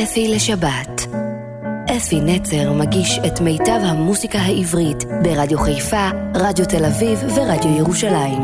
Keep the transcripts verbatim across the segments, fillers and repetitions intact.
אפי לשבת. אפי נצר מגיש את מיטב המוסיקה העברית ברדיו חיפה, רדיו תל אביב ורדיו ירושלים.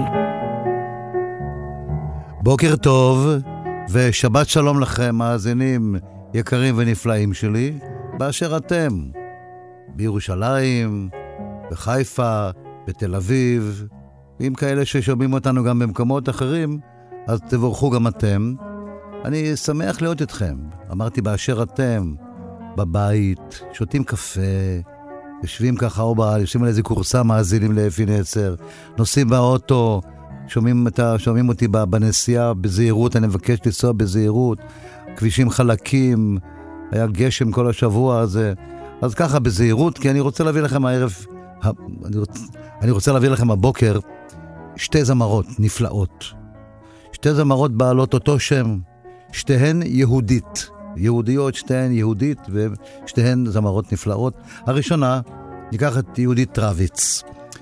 בוקר טוב ושבת שלום לכם, מאזינים יקרים ונפלאים שלי, באשר אתם, בירושלים, בחיפה, בתל אביב, ועם כאלה ששומעים אותנו גם במקומות אחרים, אז תבורכו גם אתם. אני שמח להיות איתכם. אמרתי באשר אתם, בבית, שותים קפה, יושבים ככה או בעל, יושבים על איזה קורסה, מאזינים לאפי נצר, נוסעים באוטו, שומעים, את, שומעים אותי בנסיעה בזהירות, אני מבקש לנסוע בזהירות, כבישים חלקים, היה גשם כל השבוע הזה, אז ככה בזהירות, כי אני רוצה להביא לכם הערב, אני רוצה, אני רוצה להביא לכם הבוקר, שתי זמרות נפלאות, שתי זמרות בעלות אותו שם, שתיהן יהודית, יהודיות, שתיהן יהודית, ושתיהן זמרות נפלאות. הראשונה, ניקח את יהודית רביץ,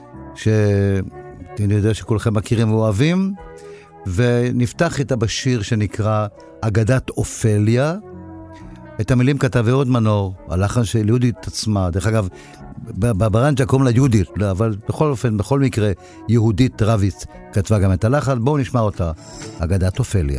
שאני יודע שכולכם מכירים ואוהבים, ונפתח איתה בשיר שנקרא אגדת אופליה. את המילים כתב אהוד מנור, הלחן של יהודית עצמה, דרך אגב, בברנג'ה קוראים לה יהודית, אבל בכל אופן, בכל מקרה, יהודית רביץ כתבה גם את הלחן. בואו נשמע אותה, אגדת אופליה.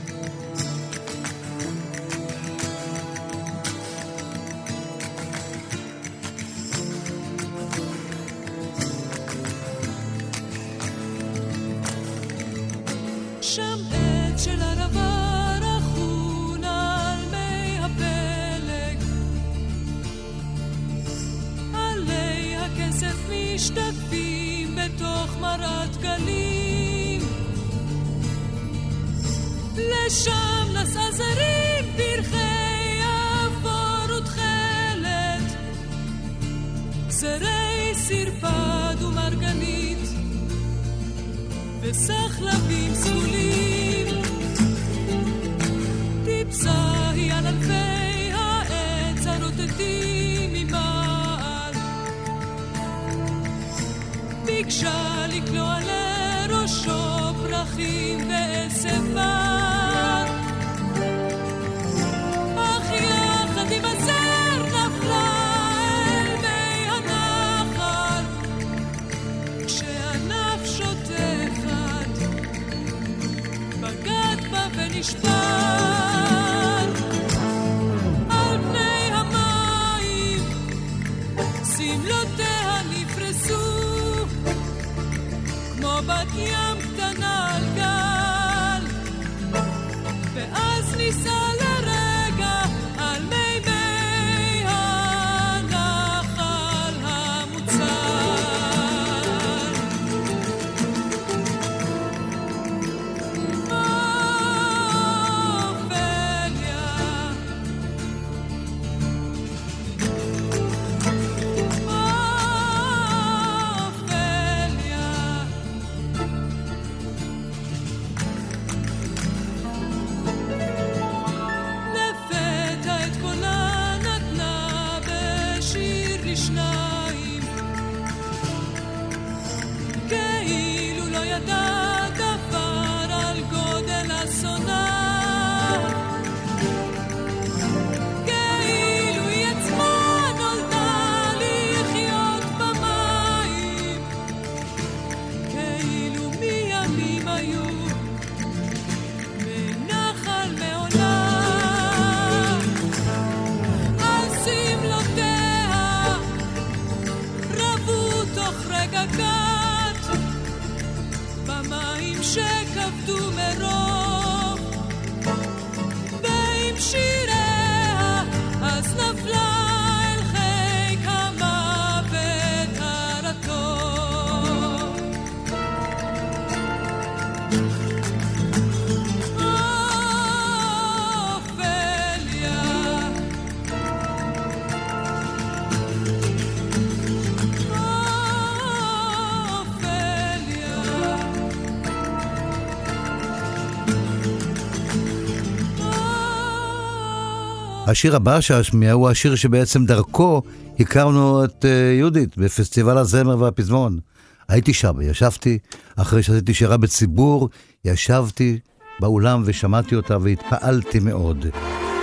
השיר הבא שהשמיע הוא השיר שבעצם דרכו הכרנו את יהודית בפסטיבל הזמר והפזמון. הייתי שם, ישבתי, אחרי שעשיתי שירה בציבור, ישבתי באולם ושמעתי אותה והתפעלתי מאוד.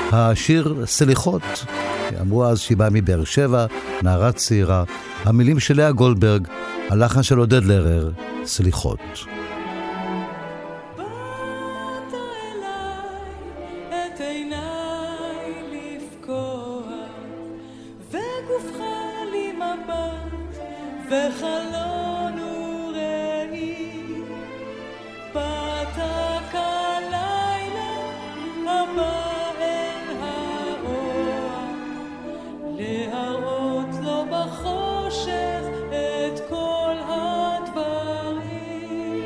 השיר סליחות, אמרו אז שהיא באה מבאר שבע, נערה צעירה, המילים של לאה גולדברג, הלחן של עודד לרר, סליחות. וחלון וראי פתק הלילה הבא אל האור להראות לו בחושך את כל הדברים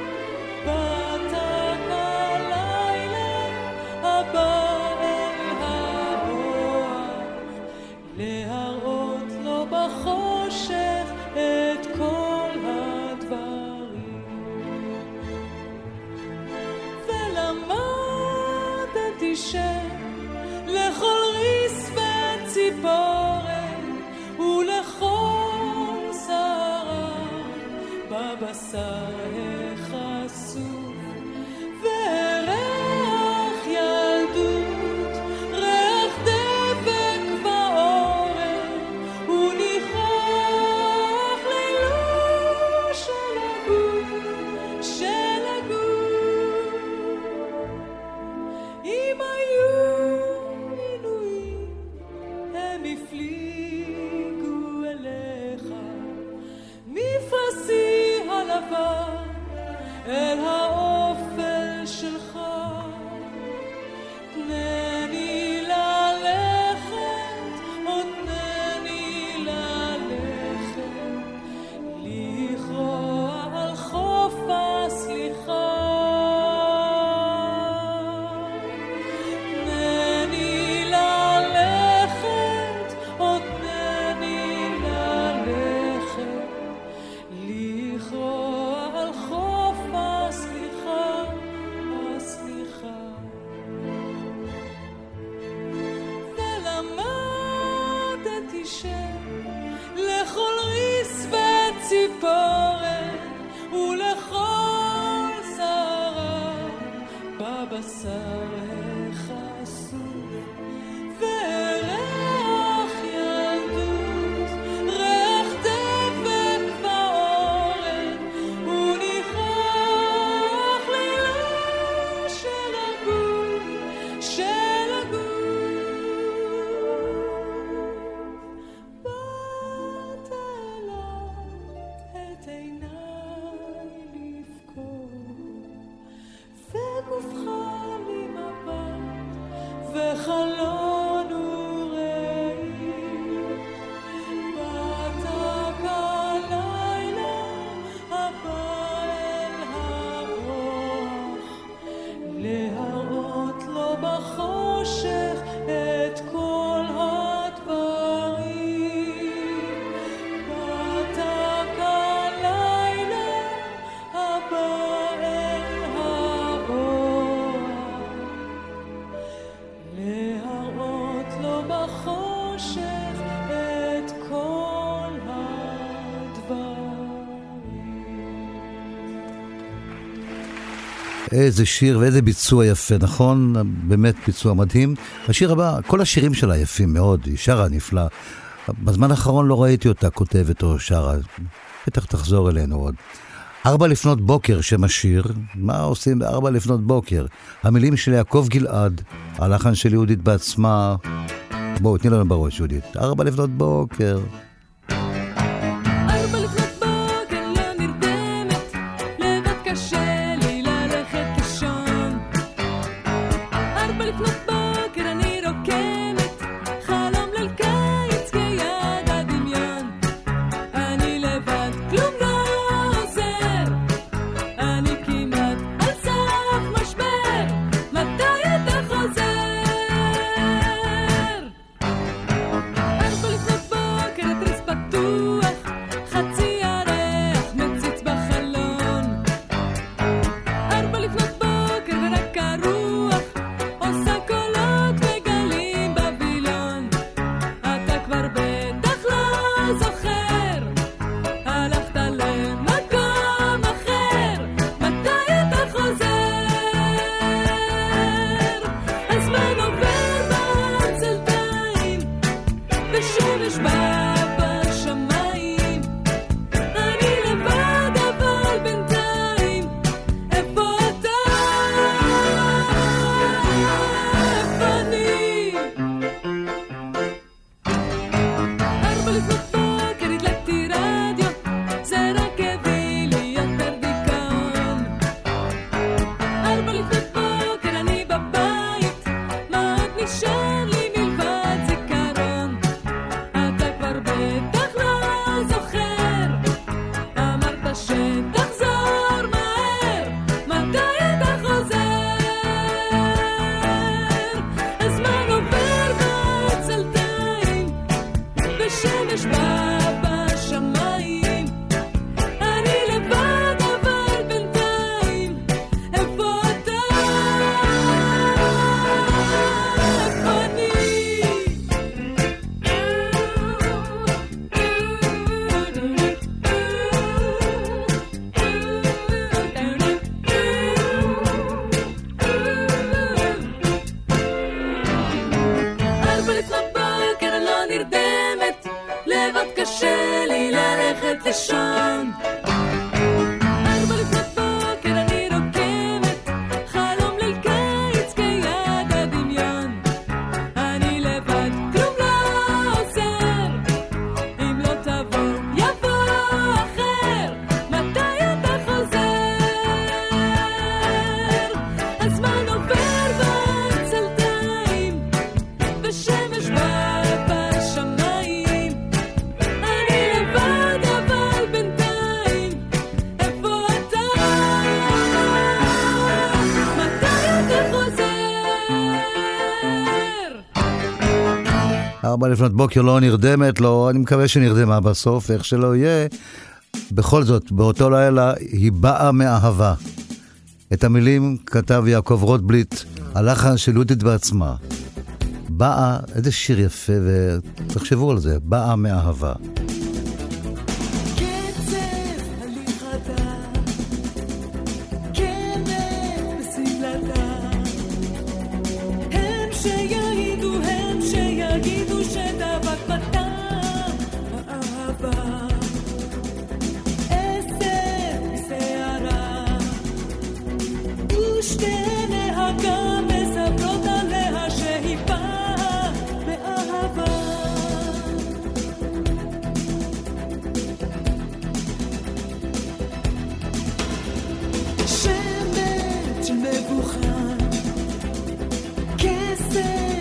פתק הלילה הבא אל האור להראות לו בחושך את כל הדברים ולמדתי שלכל ריס וציפורן ולכל שרה בבשר החשוף וריח ילדות ריח דבק ואורן וניחוח של הגוף אם היו עינויים הם הפליגו אליך מפרסי הלבן אל האופל שלך תנני ללכת עוד תנני ללכת לכרוע על חוף הסליחה תנני ללכת עוד תנני ללכת לכרוע על חוף הסליחה הסליחה ולמדתי שלכל ריס וציפורן ולכל שרה בבשר החשוף וריח ילדות ריח דבק ואורן וניחוח לילה של הגוף של הגוף באת אליי את עיניי לבכות וגופך לי מבט וחלון וראי פתק הלילה הבא אל הרוח להראות לו בחושך את כל הדברים פתק הלילה הבא אל הרוח להראות לו בחושך את כל הדברים. איזה שיר ואיזה ביצוע יפה, נכון? באמת ביצוע מדהים. השיר הבא, כל השירים שלה יפים מאוד, היא שרה נפלא. בזמן האחרון לא ראיתי אותה כותבת או שרה. בטח תחזור אלינו עוד. ארבע לפנות בוקר שם השיר. מה עושים בארבע לפנות בוקר? המילים של יעקב גלעד, הלחן של יהודית בעצמה. בואו, תני לנו בראש יהודית. ארבע לפנות בוקר. ארבע לפנות בוקר לא נרדמת לבד קשה לי ללכת לישון ארבע לפנות בוקר אני רוקמת חלום ליל קיץ כיד הדמיון אני לבד כלום לא עוזר אני כמעט על סף משבר מתי אתה חוזר ארבע לפנות בוקר התריס פתוח חצי ירח מציץ בחלון ארבע לפנות בוקר ורק הרוח עושה כל תישאר לי מלבד זיכרון. אתה כבר בטח לא זוכר, אמרת שתחזור מהר, מתי אתה חוזר? הזמן עובר בעצלתיים, בשמש בא בשמיים, אני לבד אבל בינתיים, איפה אתה? איפה אני? ארבע לפנות בוקר אני לא נרדמת, לבד קשה לי ללכת לישון. ארבע לפנות בוקר אני רוקמת, חלום ליל קיץ כיד הדמיון. אני לבד כלום לא עוזר, אם לא תבוא יבוא אחר, מתי אתה חוזר? הזמן עובר בעצלתיים, בשמש בא בשמיים, אני לבד אבל בינתיים, איפה אתה? מתי אתה חוזר? ארבע לפנות בוקר לא נרדמת, לא, אני מקווה שנרדמה בסוף, איך שלא יהיה. בכל זאת, באותו לילה היא באה מאהבה. את המילים כתב יעקב רוטבליט, הלחן של יהודית בעצמה. באה, איזה שיר יפה, ותחשבו על זה, באה מאהבה. קצב הליכתה, כלב בסבלתה, הם שיגידו, הם שיגידו שדבק בטעם האהבה. עשר משערה, ושתי נהגה מספרות עליה שהיא באה מאהבה. שמץ של מבוכה, כסף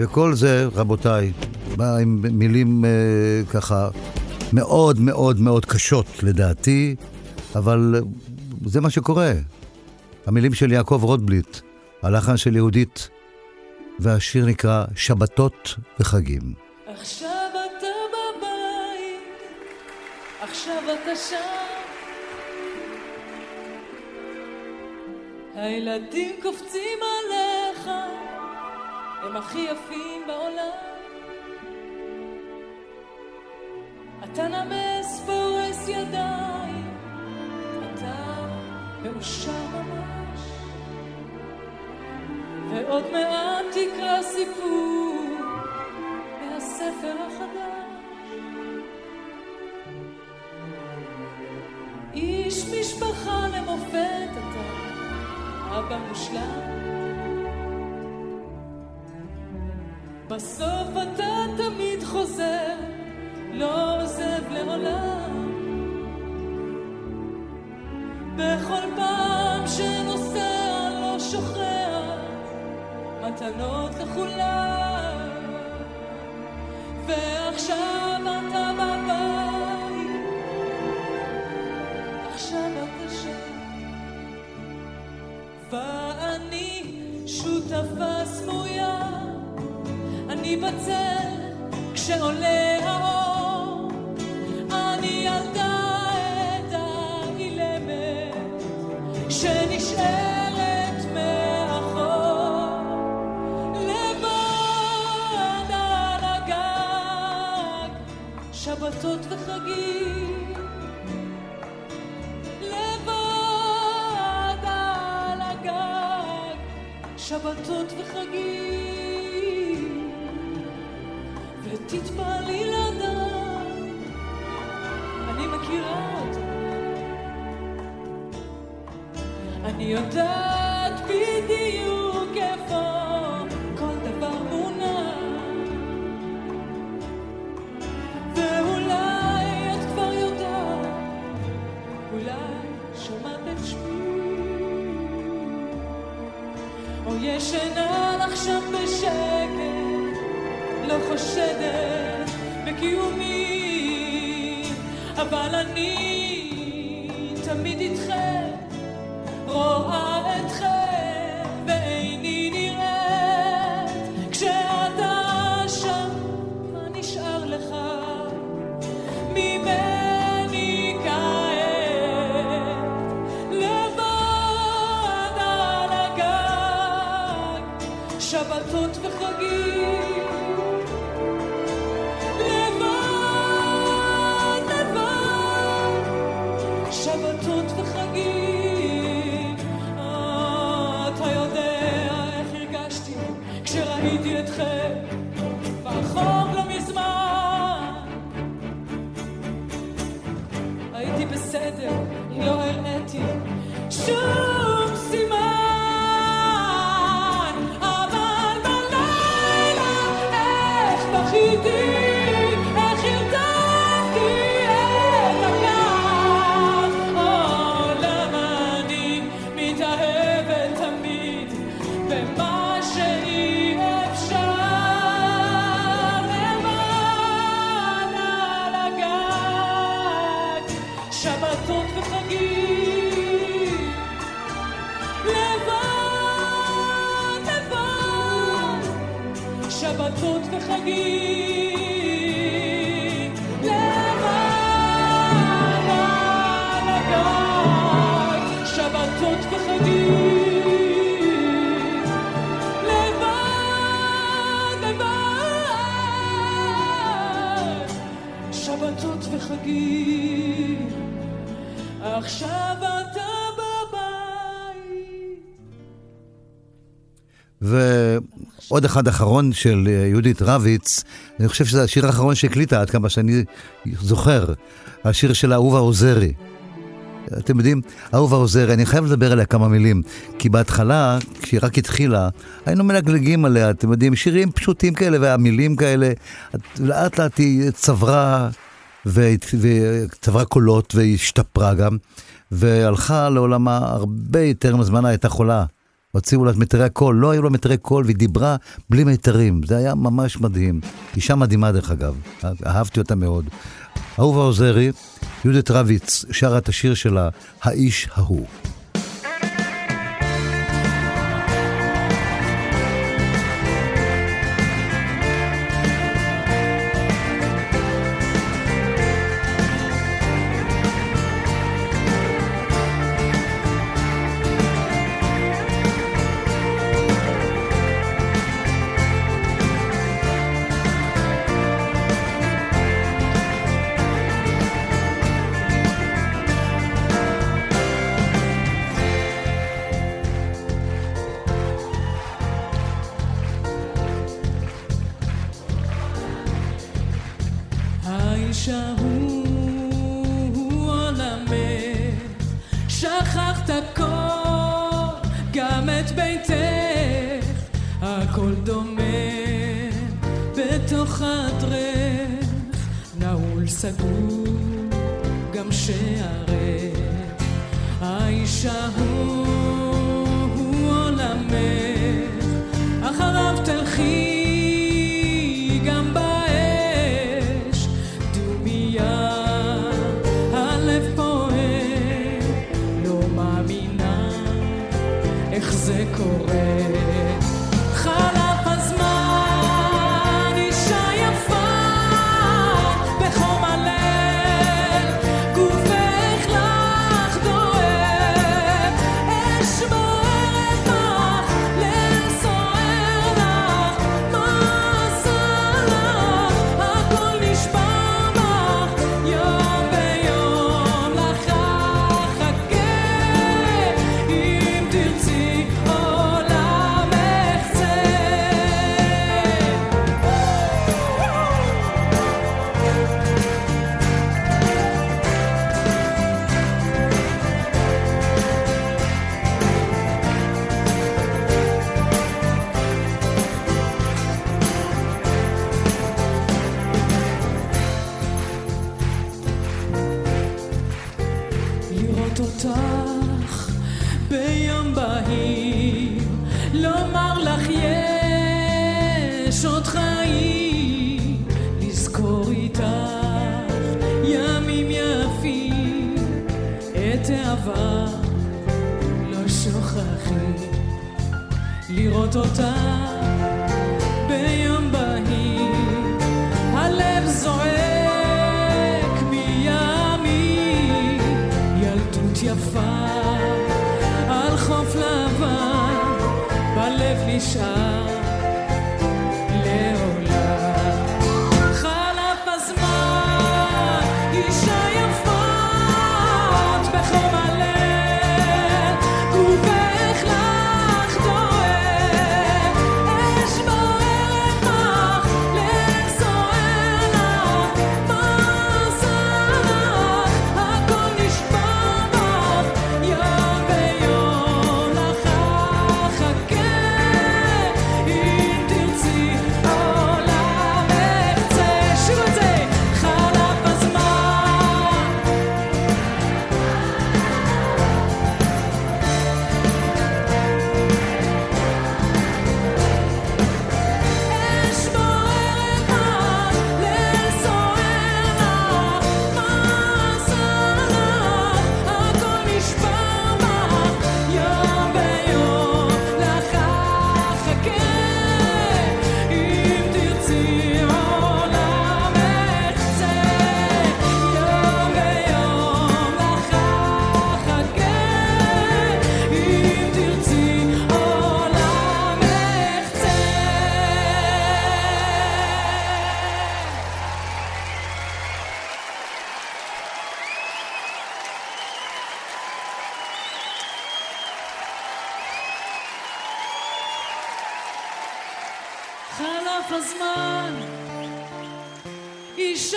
וכל זה, רבותיי, בא עם מילים אה, ככה מאוד מאוד מאוד קשות לדעתי, אבל זה מה שקורה. המילים של יעקב רוטבליט, הלחן של יהודית, והשיר נקרא שבתות וחגים. עכשיו אתה בבית, עכשיו אתה שם, הילדים קופצים עליך, הם הכי יפים בעולם. אתה נמס פורס ידיים, אתה מאושר ממש, ועוד מעט תקרא סיפור מהספר החדש. איש משפחה למופת אתה, אבא מושלם, בסוף אתה תמיד חוזר, לא עוזב לעולם. בכל פעם שנוסע לא שוכח מתנות לכולם. ועכשיו אתה בבית, עכשיו אתה שם, ואני שותפה סמויה, אני בצל כשעולה האור, אני ילדה את האילמת שנשארת מאחור, לבד על הגג, שבתות וחגים, לבד על הגג, שבתות וחגים, ותתפעלי לדעת, אני מכירה אותה, אני יודעת בדיוק איפה כל דבר מונע, ואולי את כבר יודעת, אולי שמעת את שמי, או ישנה לך שם בשקט, לא חושדת בקיומי, אבל אני תמיד איתכם, רואה אתכם ואיני נראית, כשאתה שם מה נשאר לך ממני כעת, לבד על הגג, שבתות וחגים, לבד לבד, שבתות וחגים. אתה יודע איך הרגשתי כשראיתי אתכם ברחוב לא מזמן, הייתי בסדר, לא הראיתי שום סימן, אבל בלילה איך בכיתי, איך הרדפתי את הכף, או למה אני מתאהבת תמיד במה שאי אפשר, לבד על הגג, שבתות וחגים, לבד לבד, שבתות וחגים, לבד על הגג, שבתות וחגים, לבד לבד, שבתות וחגים. עכשיו אתה בבית. ועוד אחד אחרון של יהודית רביץ, אני חושב שזה השיר האחרון שהקליטה, עד כמה שאני זוכר, השיר של אהובה עוזרי. אתם יודעים, אהובה עוזרי, אני חייב לדבר עליה כמה מילים, כי בהתחלה, כשהיא רק התחילה, היינו מלגלגים עליה, אתם יודעים, שירים פשוטים כאלה והמילים כאלה, לאט לאט היא צברה, וצברה קולות, והיא השתפרה גם, והלכה לעולמה הרבה יותר מזמנה, הייתה חולה הוציאו לה מטרי קול, לא היו לה מטרי קול, והיא דיברה בלי מיתרים. זה היה ממש מדהים. אישה מדהימה דרך אגב, אהבתי אותה מאוד. אהובה עוזרי, יהודית רביץ, שרה את השיר שלה, האיש ההוא. לראות אותה ביום בהיר, הלב זועק מימי, ילדות יפה על חוף לבן, בלב נשאר לעולם. חלף הזמן, אישה יפות בחום הלב, גופך לך דואג, אש בוערת בך, ליל סוער לך, מסע לך, הכל נשבר בך, יום ביום לך חכה, אם תרצי עולם ארצה. שוב את זה, חלף הזמן, אש בוערת בך, ליל סוער לך, מסע לך, הכל נשבר בך, יום ביום לך חכה, אם תרצי עולם ארצה, יום ביום לך חכה, אם תרצי עולם ארצה. חלף הזמן, אישה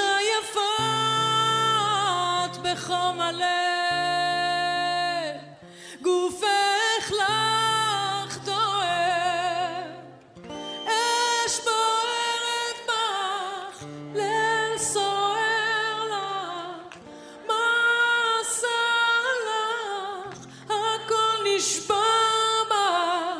יפות בחום הלב, גופך לך דואג, אש בוערת בך, ליל סוער לך, מסע לך, הכל נשבר בך,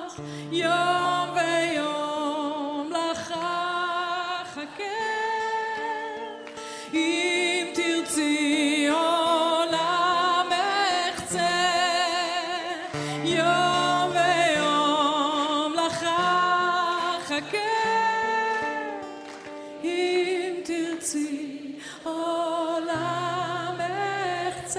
יום ויום לך חכה, אם תרצי עולם אחצה.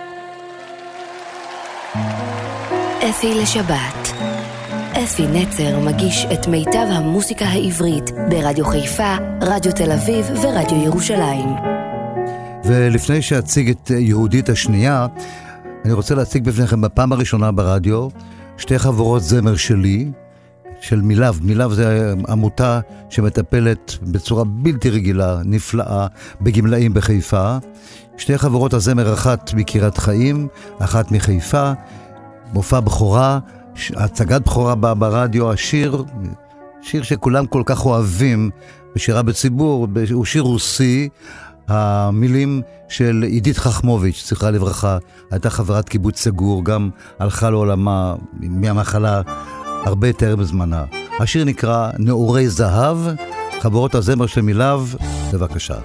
אפי לשבת. אפי נצר מגיש את מיטב המוסיקה העברית ברדיו חיפה, רדיו תל אביב ורדיו ירושלים. ולפני שאציג את יהודית השנייה, אני רוצה להציג בפניכם בפעם הראשונה ברדיו שתי חבורות זמר שלי, של מילב. מילב זה עמותה שמטפלת בצורה בלתי רגילה, נפלאה, בגמלאים בחיפה. שתי חברות הזמר, אחת מקריית חיים, אחת מחיפה, מופע בכורה, הצגת בכורה ברדיו, השיר, שיר שכולם כל כך אוהבים, בשירה בציבור, הוא שיר רוסי, המילים של עידית חכמוביץ', זכרה לברכה, הייתה חברת קיבוץ סגור, גם הלכה לעולמה מהמחלה הרבה יותר בזמנה. השיר נקרא נעורי זהב, חברות הזמר של מילב, בבקשה.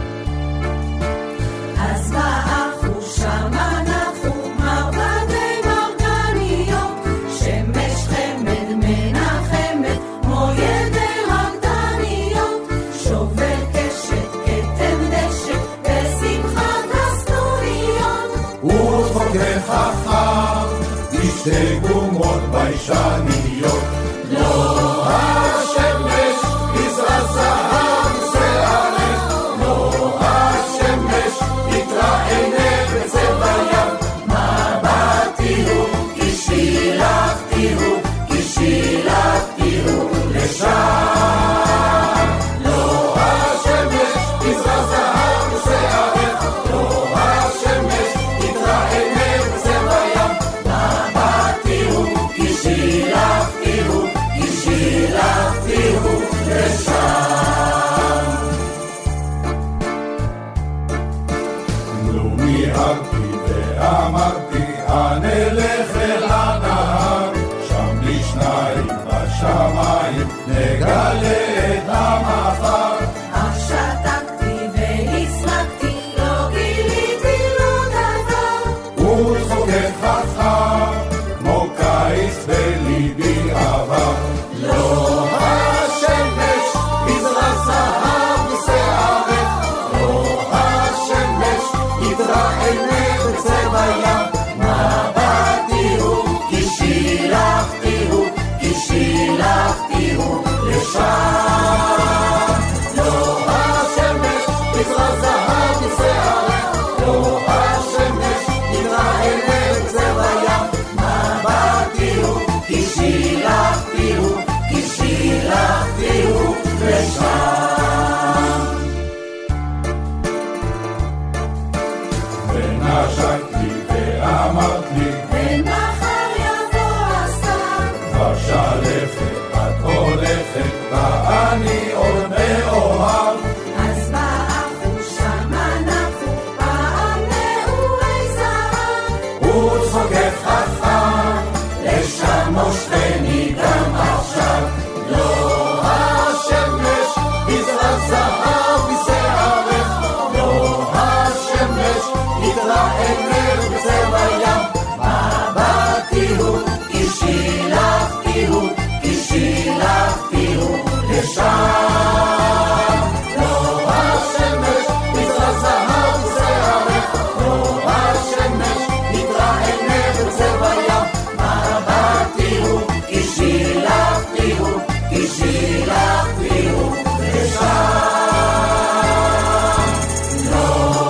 אז באחו שמה נחו מרבדי מרגניות, שמש חמד מנחמת כמו ידי רקדניות, שובר קשת כתם דשת בשמחת הסנוניות, וחוקר חכם תשתי גומות ביישניות. לא השמש יזרע זהב שערך, לא השמש יתרענה בצבע ים, מבטי הוא כשילחתי הוא כשילחתי הוא לשם. לא השמש יזרע זהב שערך, לא השמש יתרענה בצבע ים, מבטי הוא כשילחתי הוא כשילחתי הוא לשם. לו מיהרתי ואמרתי הנלך אל הנהר, שם לשניים בשמיים נגלה את המחר. אך שתקתי והסלקתי לא גיליתי לו דבר, וצחוקך חכם כמו קיץ בליבי עבר. לא השמש יזרע זהב בשערך, לא השמש יתרענה בצבע ים, מבטי הוא כשילחתי הוא כשילחתי הוא לשם. לא השמש יזרע זהב בשערך, לא השמש יתרענה בצבע ים, מבטי הוא כשילחתי הוא כשילחתי הוא לשם. ונשקתי ואמרת לי בין מחר יבוא השר, בשלכת את הולכת ואני עוד מאוהב. אז באחו שמה נחו פעם נעורי זהב, וצחוקך חכם לשם מושכני גם עכשיו. לא השמש יזרע זהב בשערך, לא השמש יתרענה בצבע ים, מבטי הוא כשילחתי הוא כשילחתי הוא לשם. לא השמש יזרע זהב בשערך, לא השמש יתרענה בצבע ים, מבטי הוא כשילחתי הוא כשילחתי הוא לשם. לא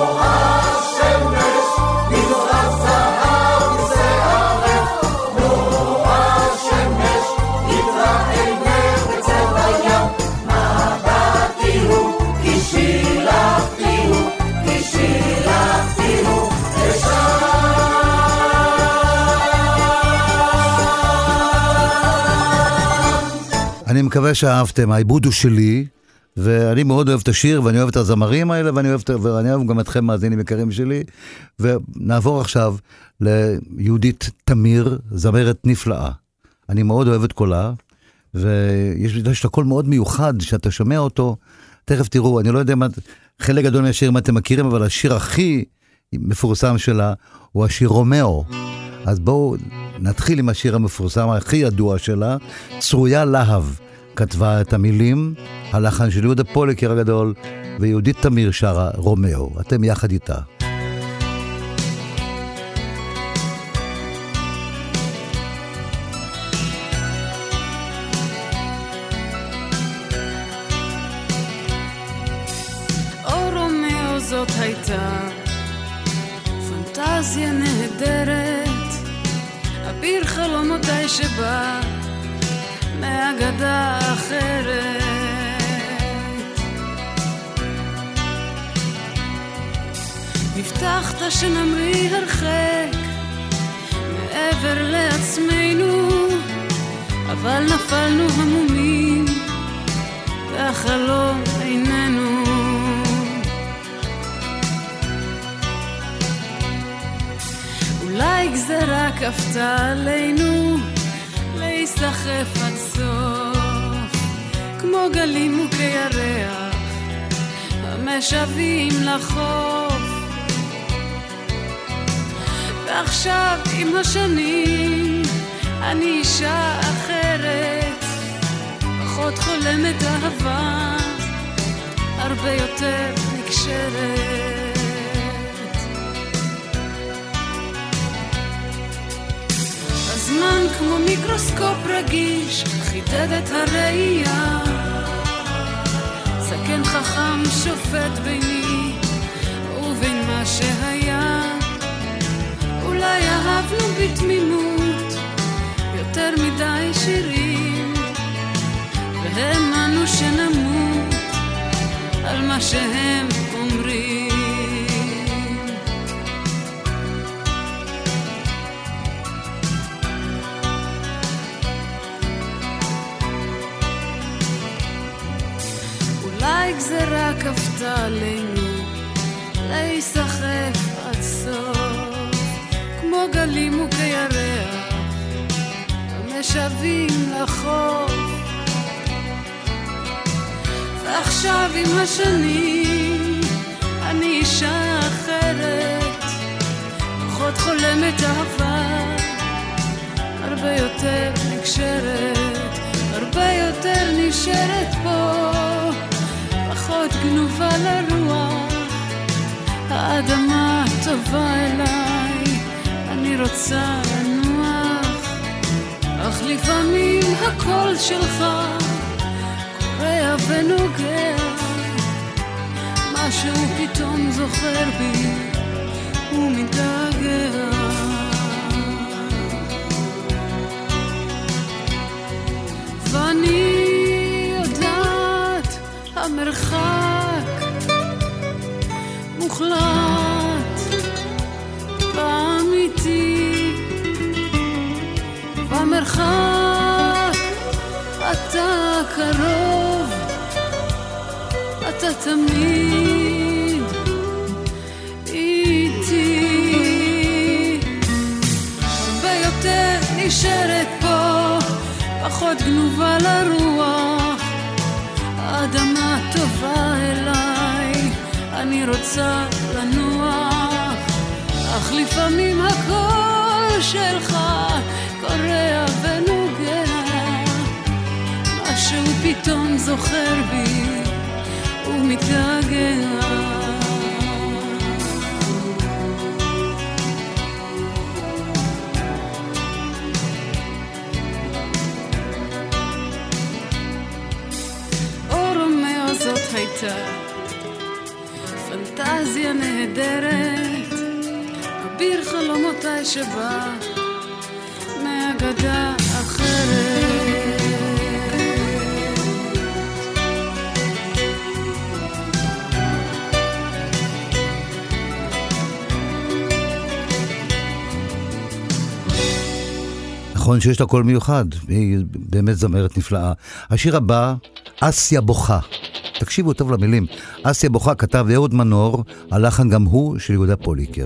השמש יזרע זהב בשערך, לא השמש יתרענה בצבע ים, מבטי הוא כשילחתי הוא כשילחתי הוא לשם. אני מקווה שאהבתם, העיבוד הוא שלי, ואני מאוד אוהב את השיר, ואני אוהב את הזמרים האלה, ואני אוהב, ואני אוהב גם אתכם מאזינים יקרים שלי, ונעבור עכשיו ליהודית תמיר, זמרת נפלאה. אני מאוד אוהב את קולה, ויש לה קול מאוד מיוחד, שאתה שומע אותו, תכף תראו, אני לא יודע מה, חלק גדול מהשיר מה אתם מכירים, אבל השיר הכי מפורסם שלה, הוא השיר רומאו. אז בואו נתחיל עם השיר המפורסם הכי ידוע שלה, צרויה להב כתבה את המילים, הלחן של יהודה פוליקר הגדול, ויהודית תמיר שרה רומאו, אתם יחד איתה. זאת הייתה פנטזיה נהדרת, אביר חלומותיי שבא מאגדה אחרת. הבטחת שנמריא הרחק מעבר לעצמנו, אבל נפלנו המומים והחלום איננו. אולי גזרה כפתה עלינו להיסחף עד סוף, כמו גלים וכירח המשווים לחוף. ועכשיו עם השנים אני אישה אחרת, פחות חולמת אהבה, הרבה יותר נקשרת. הזמן כמו מיקרוסקופ רגיש חידד את הראייה, סכן חכם שופט ביני ובין מה שהיה. אולי אהבנו בתמימות יותר מדי שירים, והאמנו שנמות על מה שהם אומרים. אולי גזרה כפתה עלינו להיסחף עד סוף, כמו גלים וכירח המשווים לחוף. ועכשיו עם השנים אני אישה אחרת, פחות חולמת אהבה, הרבה יותר נקשרת, הרבה יותר נשארת פה, פחות גנובה לרוח. האדמה טובה אליי, אני רוצה לנוח, אך לפעמים הקול שלך קורע ונוגע, משהו פתאום זוכר בי ומתגעגע. ואני יודעת המרחק מוחלט ואמיתי, במרחק אתה קרוב, אתה תמיד איתי. הרבה יותר נשארת פה, פחות גנובה לרוח. האדמה טובה אליי, אני רוצה לנוח, אך לפעמים הקול שלך קורע ונוגע, משהו פתאום זוכר בי ומתגעגע. הייתה פנטזיה נהדרת, אביר חלומותיי שבא מאגדה אחרת. נכון שיש לה קול מיוחד, היא באמת זמרת נפלאה. השיר הבא, אסיה בוכה. תקשיבו טוב למילים. אסיה בוכה כתב אהוד מנור, הלחן גם הוא של יהודה פוליקר.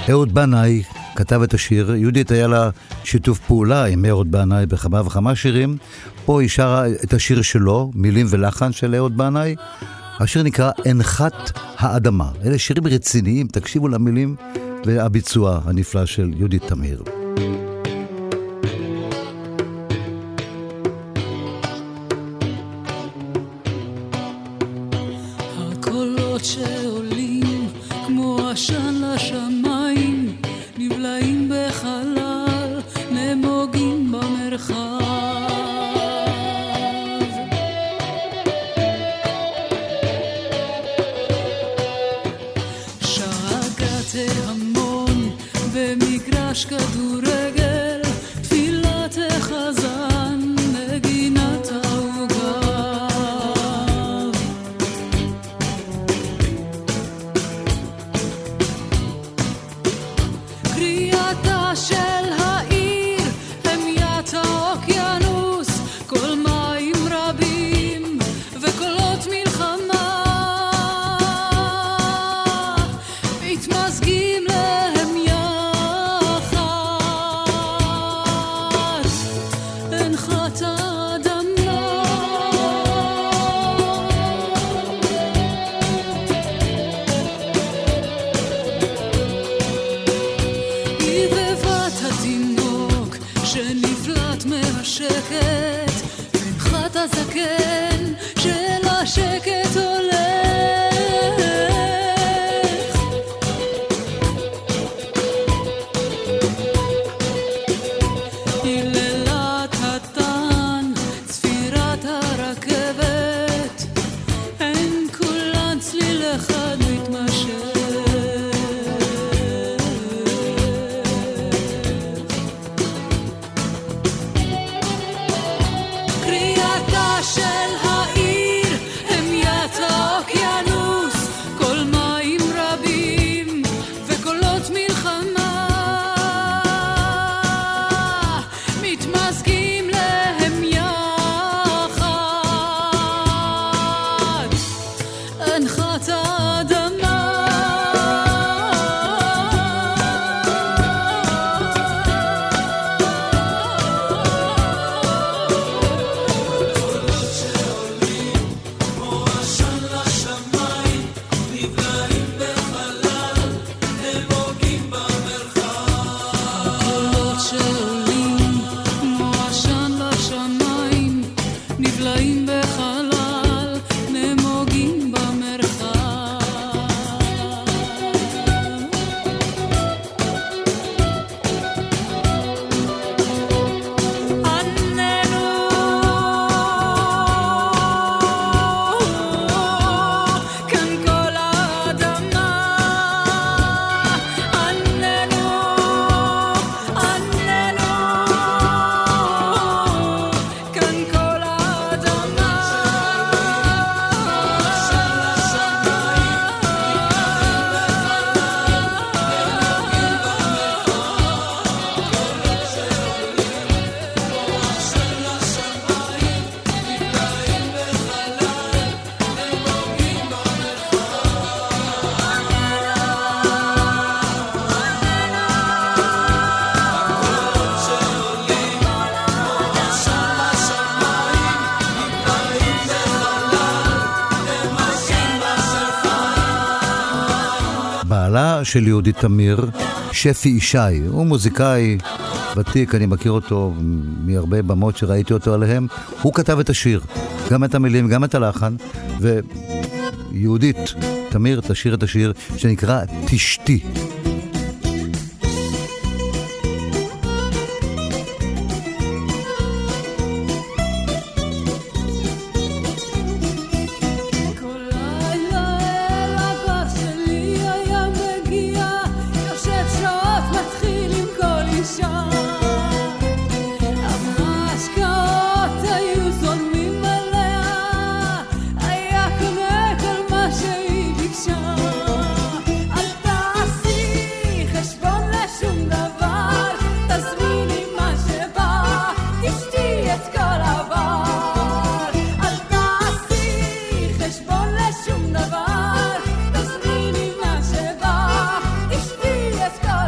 אהוד בנאי כתב את השיר, יהודית היה לה שיתוף פעולה עם אהוד בנאי בכמה וכמה שירים, פה היא שרה את השיר שלו, מילים ולחן של אהוד בנאי, השיר נקרא הנחת האדמה. אלה שירים רציניים, תקשיבו למילים והביצוע הנפלא של יהודית תמיר. הקולות שעולים כמו עשן לשמיים, נבלעים בחלל, נמוגים במרחב. שאגת המון במגרש כדורגל, תפילת החזן, נגינת העוגב. קריאתה של העיר, המיית האוקיינוס, כל מים רבים וקולות מלחמה מתמזגים להם יחד. הנחת האדמה, היא בבת התינוק שנפלט מהשקט, הנחת הזקן של השקט הולך. היללת התן, צפירת הרכבת, הן כולן צליל אחד מתמשך. קריאתה של העיר, המיית האוקיינוס, כל מים רבים וקולות מלחמה מתמזגים להם יחד. הנחת האדמה, הקולות שעולים כמו עשן לשמיים, נבלעים בחלל, נמוגים במרחב. עננו כאן כל האדמה, עננו, עננו כאן כל האדמה. בעלה של יהודית תמיר, שפי ישי, הוא מוזיקאי ותיק, אני מכיר אותו מהרבה במות שראיתי אותו עליהם. הוא כתב את השיר, גם את המילים, גם את הלחן, ויהודית תמיר תשיר את השיר שנקרא תשתי. כל לילה אל הבר שלי היה מגיע, יושב שעות מתחיל עם כל אישה, המשקאות היו זולמים עליה, היה קונה כל מה שהיא ביקשה. אל תעשי חשבון לשום דבר, תזמיני מה שבא, תשתי את כל הבר. אל תעשי חשבון לשום דבר, תזמיני מה שבא, תשתי את כל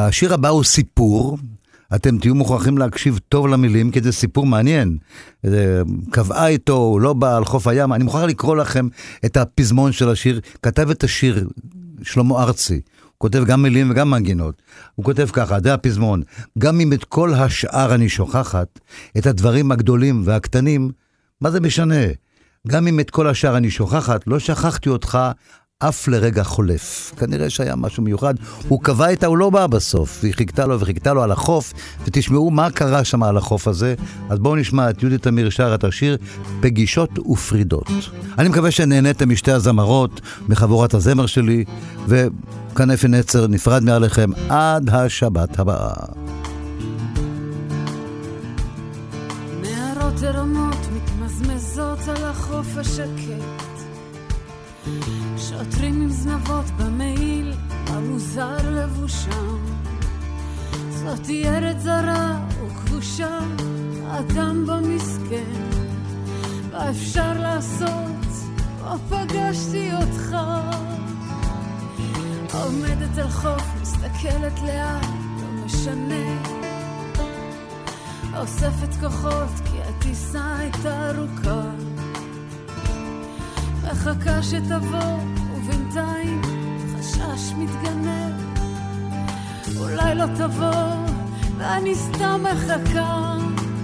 השיר הבא הוא סיפור, אתם תהיו מוכרחים להקשיב טוב למילים, כי זה סיפור מעניין. קבעה איתו, הוא לא בא על חוף הים, אני מוכרח לקרוא לכם את הפזמון של השיר, כתב את השיר שלמה ארצי, הוא כותב גם מילים וגם מנגינות, הוא כותב ככה, זה הפזמון, גם אם את כל השאר אני שוכחת, את הדברים הגדולים והקטנים, מה זה משנה? גם אם את כל השאר אני שוכחת, לא שכחתי אותך, אף לרגע חולף. כנראה שהיה משהו מיוחד. הוא קבע איתה, הוא לא בא בסוף. היא חיכתה לו וחיכתה לו על החוף, ותשמעו מה קרה שם על החוף הזה. אז בואו נשמע את יהודית אמיר שר את השיר פגישות ופרידות. אני מקווה שנהניתם משתי הזמרות, מחבורת הזמר שלי, וכאן אפי נצר נפרד מעליכם עד השבת הבאה. נערות ערמות מתמזמזות על החוף השקט, שוטרים עם זנבות במעיל, המוזר לבושם. זאת ארץ זרה וכבושה, אדם במסכן, מה אפשר לעשות? או פגשתי אותך, עומדת על חוף, מסתכלת לאט, לא משנה, אוספת כוחות כי הטיסה הייתה ארוכה, מחכה שתבוא ובינתיים חשש מתגנב, אולי לא תבוא ואני סתם מחכה.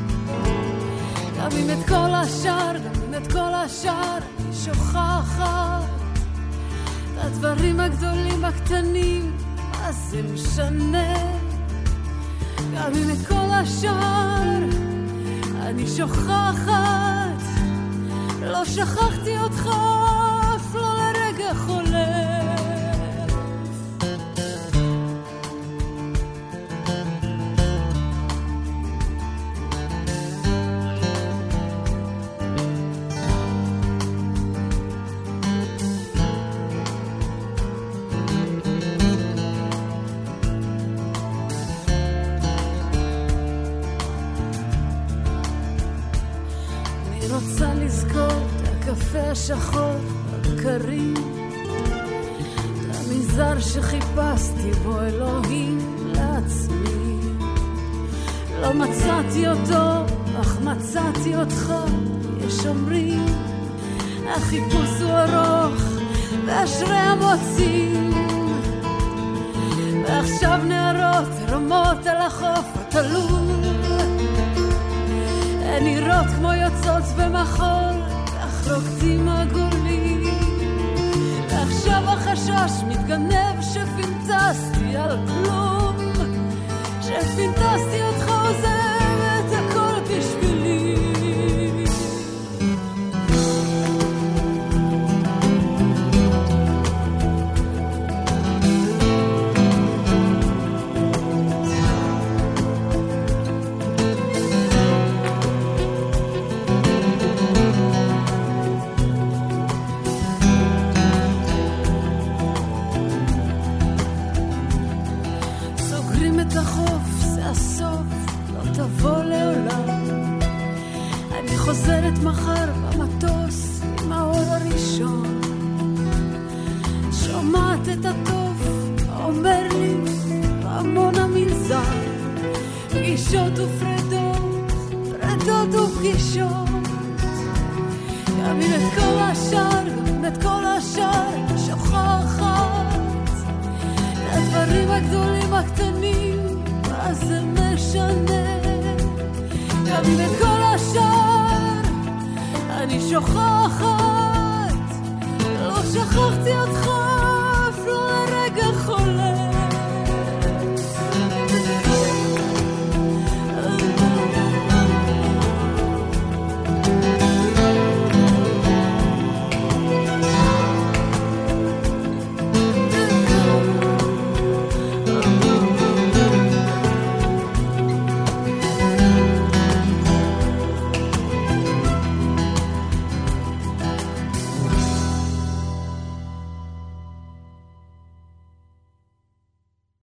גם אם את כל השאר, גם אם את כל השאר אני שוכחת, את הדברים הגדולים הקטנים, מה זה משנה? גם אם את כל השאר אני שוכחת, לא שכחתי אותך אף לא לרגע חולף. אני רוצה לזכור הקפה השחור הקרים, את המנזר שחיפשתי בו אלוהים לעצמי, לא מצאתי אותו אך מצאתי אותך. יש אומרים החיפוש הוא ארוך ואשרי המוצאים, ועכשיו נערות רמות על החוף התלול, הן נראות כמו יוצאות במחול, כך רוקדים עגולים, ועכשיו החשש מתגנב שפינטסתי על כלום, שפינטסתי אותך עוזב את הכל בשבילי. חוזרת מחר במטוס עם האור הראשון, שומעת את הטוב אומר לי פעמון המנזר, פגישות ופרדות, פרדות ופגישות. גם אם את כל השאר, גם אם את כל השאר שוכחת, הדברים הגדולים הקטנים, מה זה משנה? גם אם את כל השאר אני שוכחת, לא שכחתי אותך